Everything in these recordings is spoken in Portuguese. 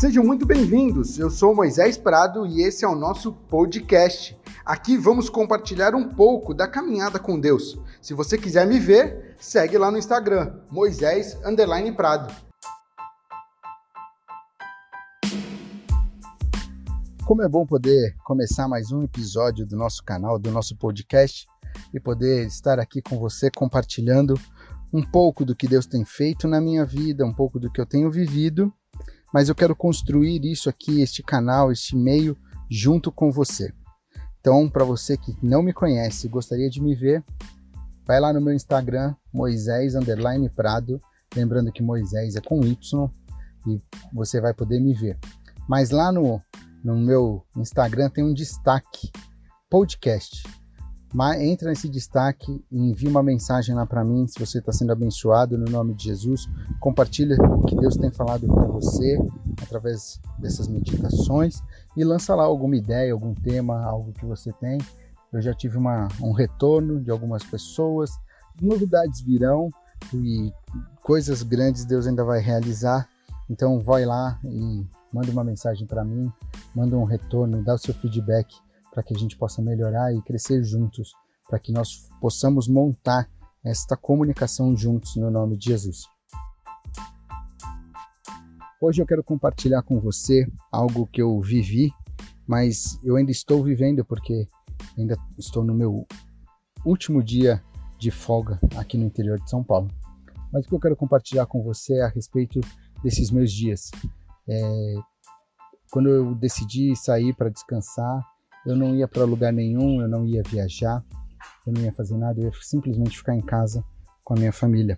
Sejam muito bem-vindos, eu sou Moisés Prado e esse é o nosso podcast. Aqui vamos compartilhar um pouco da caminhada com Deus. Se você quiser me ver, segue lá no Instagram, Moisés_Prado. Como é bom poder começar mais um episódio do nosso canal, do nosso podcast, e poder estar aqui com você compartilhando um pouco do que Deus tem feito na minha vida, um pouco do que eu tenho vivido, mas eu quero construir isso aqui, este canal, este meio, junto com você. Então, para você que não me conhece e gostaria de me ver, vai lá no meu Instagram, Moisés_Prado, lembrando que Moisés é com Y, e você vai poder me ver. Mas lá no meu Instagram tem um destaque, podcast. Entra nesse destaque e envia uma mensagem lá para mim, se você está sendo abençoado no nome de Jesus. Compartilha o que Deus tem falado para você através dessas meditações e lança lá alguma ideia, algum tema, algo que você tem. Eu já tive um retorno de algumas pessoas, novidades virão e coisas grandes Deus ainda vai realizar. Então vai lá e manda uma mensagem para mim, manda um retorno, dá o seu feedback, para que a gente possa melhorar e crescer juntos, para que nós possamos montar esta comunicação juntos no nome de Jesus. Hoje eu quero compartilhar com você algo que eu vivi, mas eu ainda estou vivendo porque ainda estou no meu último dia de folga aqui no interior de São Paulo. Mas o que eu quero compartilhar com você é a respeito desses meus dias. Quando eu decidi sair para descansar, eu não ia para lugar nenhum, eu não ia viajar, eu não ia fazer nada, eu ia simplesmente ficar em casa com a minha família.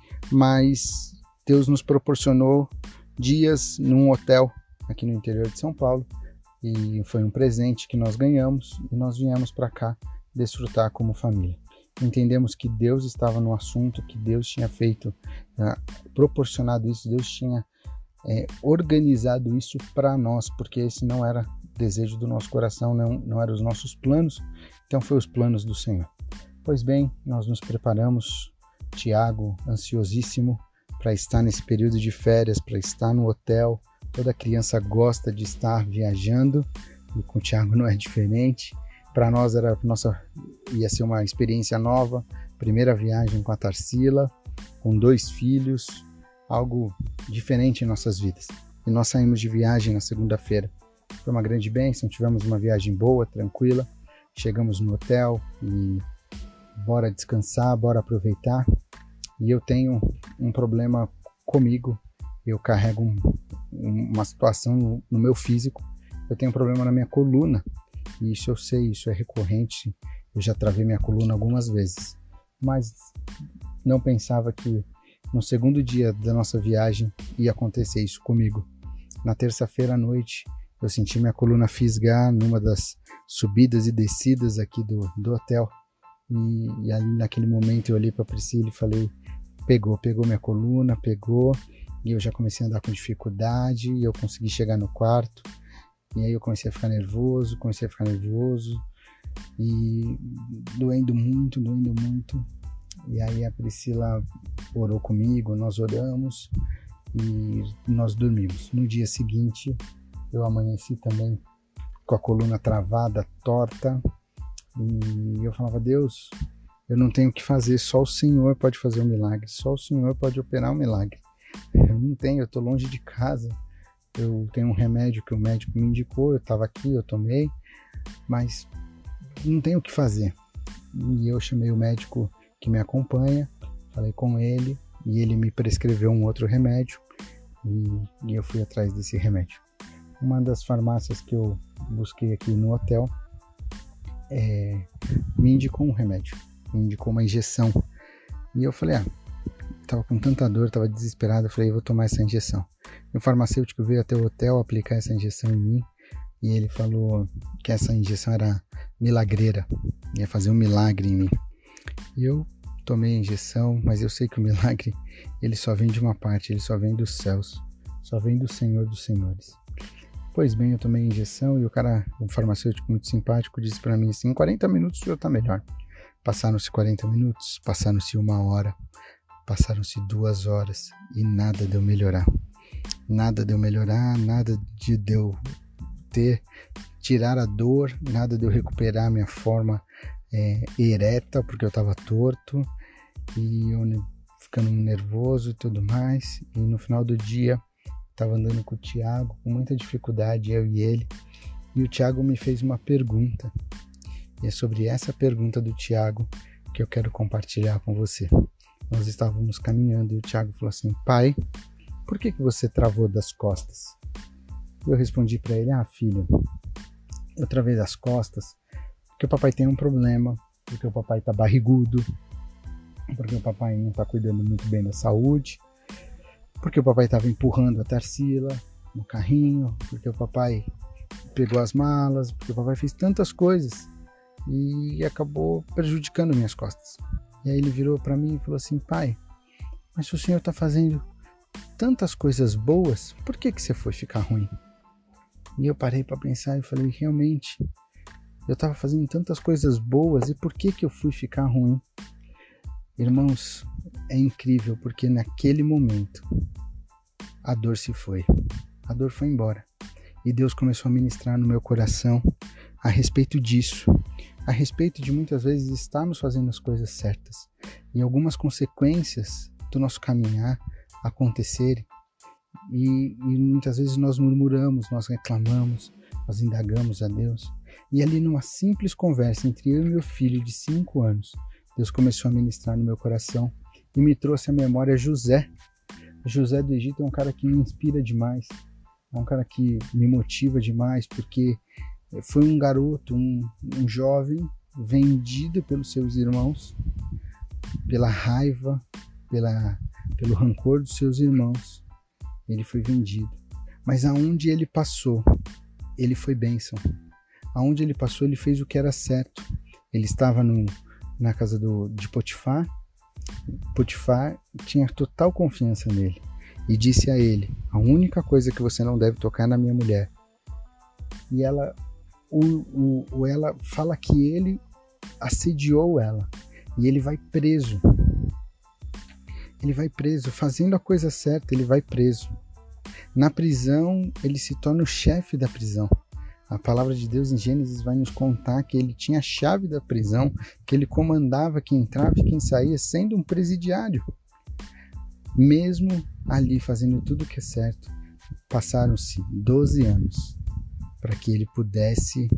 Mas Deus nos proporcionou dias num hotel aqui no interior de São Paulo e foi um presente que nós ganhamos e nós viemos para cá desfrutar como família. Entendemos que Deus estava no assunto, que Deus tinha feito, proporcionado isso, Deus tinha organizado isso para nós, porque esse não era desejo do nosso coração, não eram os nossos planos, então foi os planos do Senhor. Pois bem, nós nos preparamos, Tiago, ansiosíssimo para estar nesse período de férias, para estar no hotel. Toda criança gosta de estar viajando e com o Tiago não é diferente. Para nós ia ser uma experiência nova, primeira viagem com a Tarsila, com 2 filhos, algo diferente em nossas vidas. E nós saímos de viagem na segunda-feira. Foi uma grande bênção, tivemos uma viagem boa, tranquila, chegamos no hotel e bora descansar, bora aproveitar. E eu tenho um problema comigo, eu carrego uma situação no meu físico, eu tenho um problema na minha coluna, e isso eu sei, isso é recorrente, eu já travei minha coluna algumas vezes, mas não pensava que no segundo dia da nossa viagem ia acontecer isso comigo. Na terça-feira à noite, eu senti minha coluna fisgar numa das subidas e descidas aqui do hotel. E ali naquele momento eu olhei para a Priscila e falei, pegou minha coluna, pegou. E eu já comecei a andar com dificuldade e eu consegui chegar no quarto. E aí eu comecei a ficar nervoso e doendo muito. E aí a Priscila orou comigo, nós oramos e nós dormimos. No dia seguinte, eu amanheci também com a coluna travada, torta, e eu falava, Deus, eu não tenho o que fazer, só o Senhor pode fazer um milagre, só o Senhor pode operar um milagre. Eu não tenho, eu estou longe de casa, eu tenho um remédio que o médico me indicou, eu estava aqui, eu tomei, mas não tenho o que fazer. E eu chamei o médico que me acompanha, falei com ele, e ele me prescreveu um outro remédio, e eu fui atrás desse remédio. Uma das farmácias que eu busquei aqui no hotel me indicou um remédio, me indicou uma injeção. E eu falei, tava com tanta dor, tava desesperado, eu falei, eu vou tomar essa injeção. E o farmacêutico veio até o hotel aplicar essa injeção em mim, e ele falou que essa injeção era milagreira, ia fazer um milagre em mim. E eu tomei a injeção, mas eu sei que o milagre, ele só vem de uma parte, ele só vem dos céus, só vem do Senhor dos Senhores. Pois bem, eu tomei a injeção e o farmacêutico muito simpático disse para mim assim, em 40 minutos o senhor tá melhor. Passaram-se 40 minutos, passaram-se 1 hora, passaram-se 2 horas e nada deu melhorar. nada de eu melhorar, nada de eu tirar a dor, nada de eu recuperar minha forma ereta, porque eu estava torto e eu ficando nervoso e tudo mais. E no final do dia estava andando com o Thiago com muita dificuldade, eu e ele, e o Thiago me fez uma pergunta, e é sobre essa pergunta do Thiago que eu quero compartilhar com você. Nós estávamos caminhando e o Thiago falou assim: pai, por que você travou das costas? Eu respondi para ele: filho, eu travei das costas porque o papai tem um problema, porque o papai tá barrigudo, porque o papai não tá cuidando muito bem da saúde, porque o papai estava empurrando a Tarsila no carrinho, porque o papai pegou as malas, porque o papai fez tantas coisas e acabou prejudicando minhas costas. E aí ele virou para mim e falou assim: pai, mas se o senhor está fazendo tantas coisas boas, por que você foi ficar ruim? E eu parei para pensar e falei: realmente, eu estava fazendo tantas coisas boas e por que eu fui ficar ruim? Irmãos, é incrível, porque naquele momento a dor se foi, a dor foi embora. E Deus começou a ministrar no meu coração a respeito disso, a respeito de muitas vezes estarmos fazendo as coisas certas e algumas consequências do nosso caminhar acontecerem, e muitas vezes nós murmuramos, nós reclamamos, nós indagamos a Deus. E ali numa simples conversa entre eu e meu filho de 5 anos, Deus começou a ministrar no meu coração e me trouxe à memória José. José do Egito é um cara que me inspira demais, é um cara que me motiva demais, porque foi um garoto, um jovem vendido pelos seus irmãos, pela raiva, pelo rancor dos seus irmãos. Ele foi vendido, mas aonde ele passou, ele foi bênção. Aonde ele passou, ele fez o que era certo. Ele estava na casa de Potifar. Potifar tinha total confiança nele e disse a ele: a única coisa que você não deve tocar é na minha mulher. E ela fala que ele assediou ela, e ele vai preso. Ele vai preso, fazendo a coisa certa, ele vai preso. Na prisão, ele se torna o chefe da prisão. A palavra de Deus em Gênesis vai nos contar que ele tinha a chave da prisão, que ele comandava quem entrava e quem saía, sendo um presidiário. Mesmo ali fazendo tudo o que é certo, passaram-se 12 anos para que ele pudesse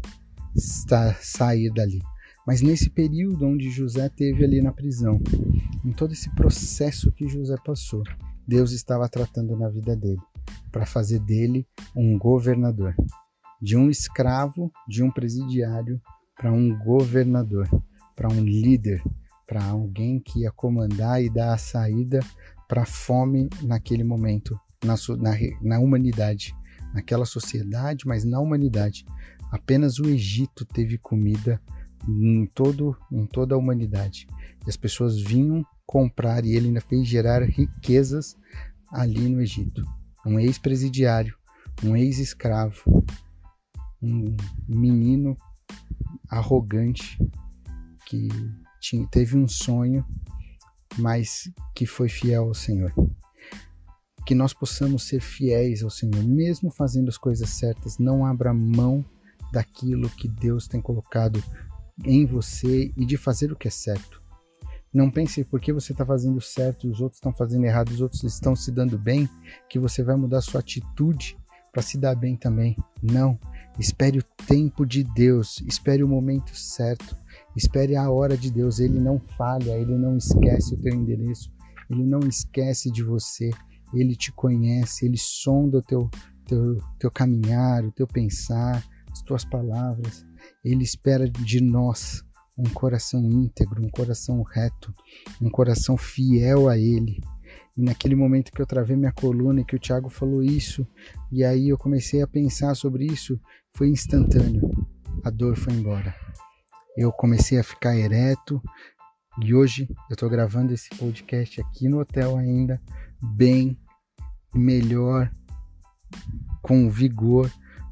sair dali. Mas nesse período onde José teve ali na prisão, em todo esse processo que José passou, Deus estava tratando na vida dele, para fazer dele um governador. De um escravo, de um presidiário, para um governador, para um líder, para alguém que ia comandar e dar a saída para a fome naquele momento, na humanidade, naquela sociedade, mas na humanidade. Apenas o Egito teve comida em toda a humanidade. E as pessoas vinham comprar, e ele ainda fez gerar riquezas ali no Egito. Um ex-presidiário, um ex-escravo, um menino arrogante que teve um sonho, mas que foi fiel ao Senhor. Que nós possamos ser fiéis ao Senhor, mesmo fazendo as coisas certas. Não abra mão daquilo que Deus tem colocado em você e de fazer o que é certo. Não pense porque você está fazendo certo e os outros estão fazendo errado, os outros estão se dando bem, que você vai mudar sua atitude para se dar bem também. Não. Espere o tempo de Deus, espere o momento certo, espere a hora de Deus. Ele não falha, ele não esquece o teu endereço, ele não esquece de você, ele te conhece, ele sonda o teu caminhar, o teu pensar, as tuas palavras. Ele espera de nós um coração íntegro, um coração reto, um coração fiel a ele. E naquele momento que eu travei minha coluna e que o Thiago falou isso, e aí eu comecei a pensar sobre isso, foi instantâneo. A dor foi embora. Eu comecei a ficar ereto, e hoje eu estou gravando esse podcast aqui no hotel ainda, bem, melhor, com vigor,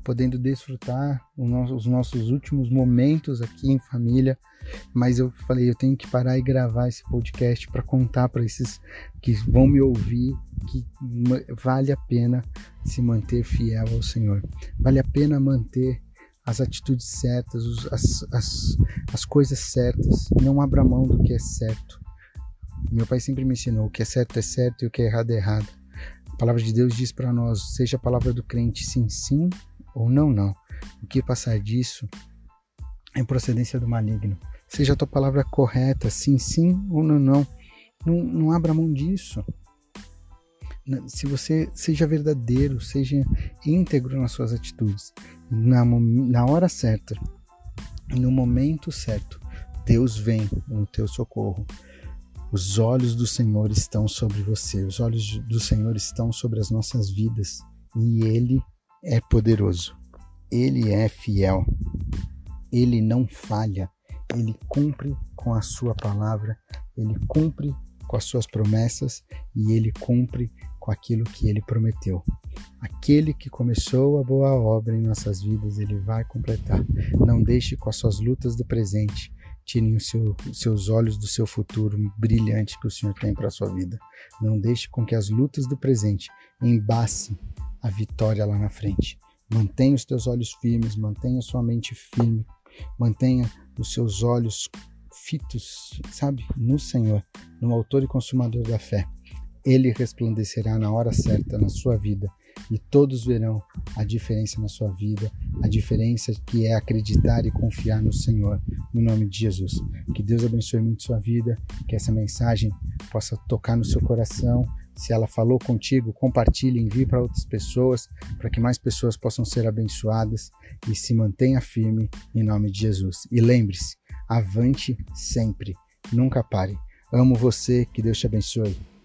podendo desfrutar os nossos últimos momentos aqui em família, mas eu falei, eu tenho que parar e gravar esse podcast para contar para esses que vão me ouvir que vale a pena se manter fiel ao Senhor, vale a pena manter as atitudes certas, as coisas certas, não abra mão do que é certo. Meu pai sempre me ensinou, o que é certo e o que é errado. A palavra de Deus diz para nós, seja a palavra do crente sim, sim ou não, não. O que passar disso é procedência do maligno. Seja a tua palavra correta, sim, sim ou não, não. Não abra mão disso. Se você seja verdadeiro, seja íntegro nas suas atitudes, na hora certa, no momento certo, Deus vem no teu socorro. Os olhos do Senhor estão sobre você, os olhos do Senhor estão sobre as nossas vidas e Ele é poderoso, Ele é fiel, Ele não falha, Ele cumpre com a sua palavra, Ele cumpre com as suas promessas e Ele cumpre com aquilo que Ele prometeu. Aquele que começou a boa obra em nossas vidas, Ele vai completar. Não deixe com as suas lutas do presente tirem os seus olhos do seu futuro brilhante que o Senhor tem para a sua vida. Não deixe com que as lutas do presente embacem a vitória lá na frente. Mantenha os teus olhos firmes, mantenha sua mente firme, mantenha os seus olhos fitos, sabe, no Senhor, no autor e consumador da fé. Ele resplandecerá na hora certa na sua vida e todos verão a diferença na sua vida, a diferença que é acreditar e confiar no Senhor, no nome de Jesus. Que Deus abençoe muito sua vida, que essa mensagem possa tocar no seu coração. Se ela falou contigo, compartilhe, envie para outras pessoas, para que mais pessoas possam ser abençoadas e se mantenha firme em nome de Jesus. E lembre-se, avante sempre, nunca pare. Amo você, que Deus te abençoe.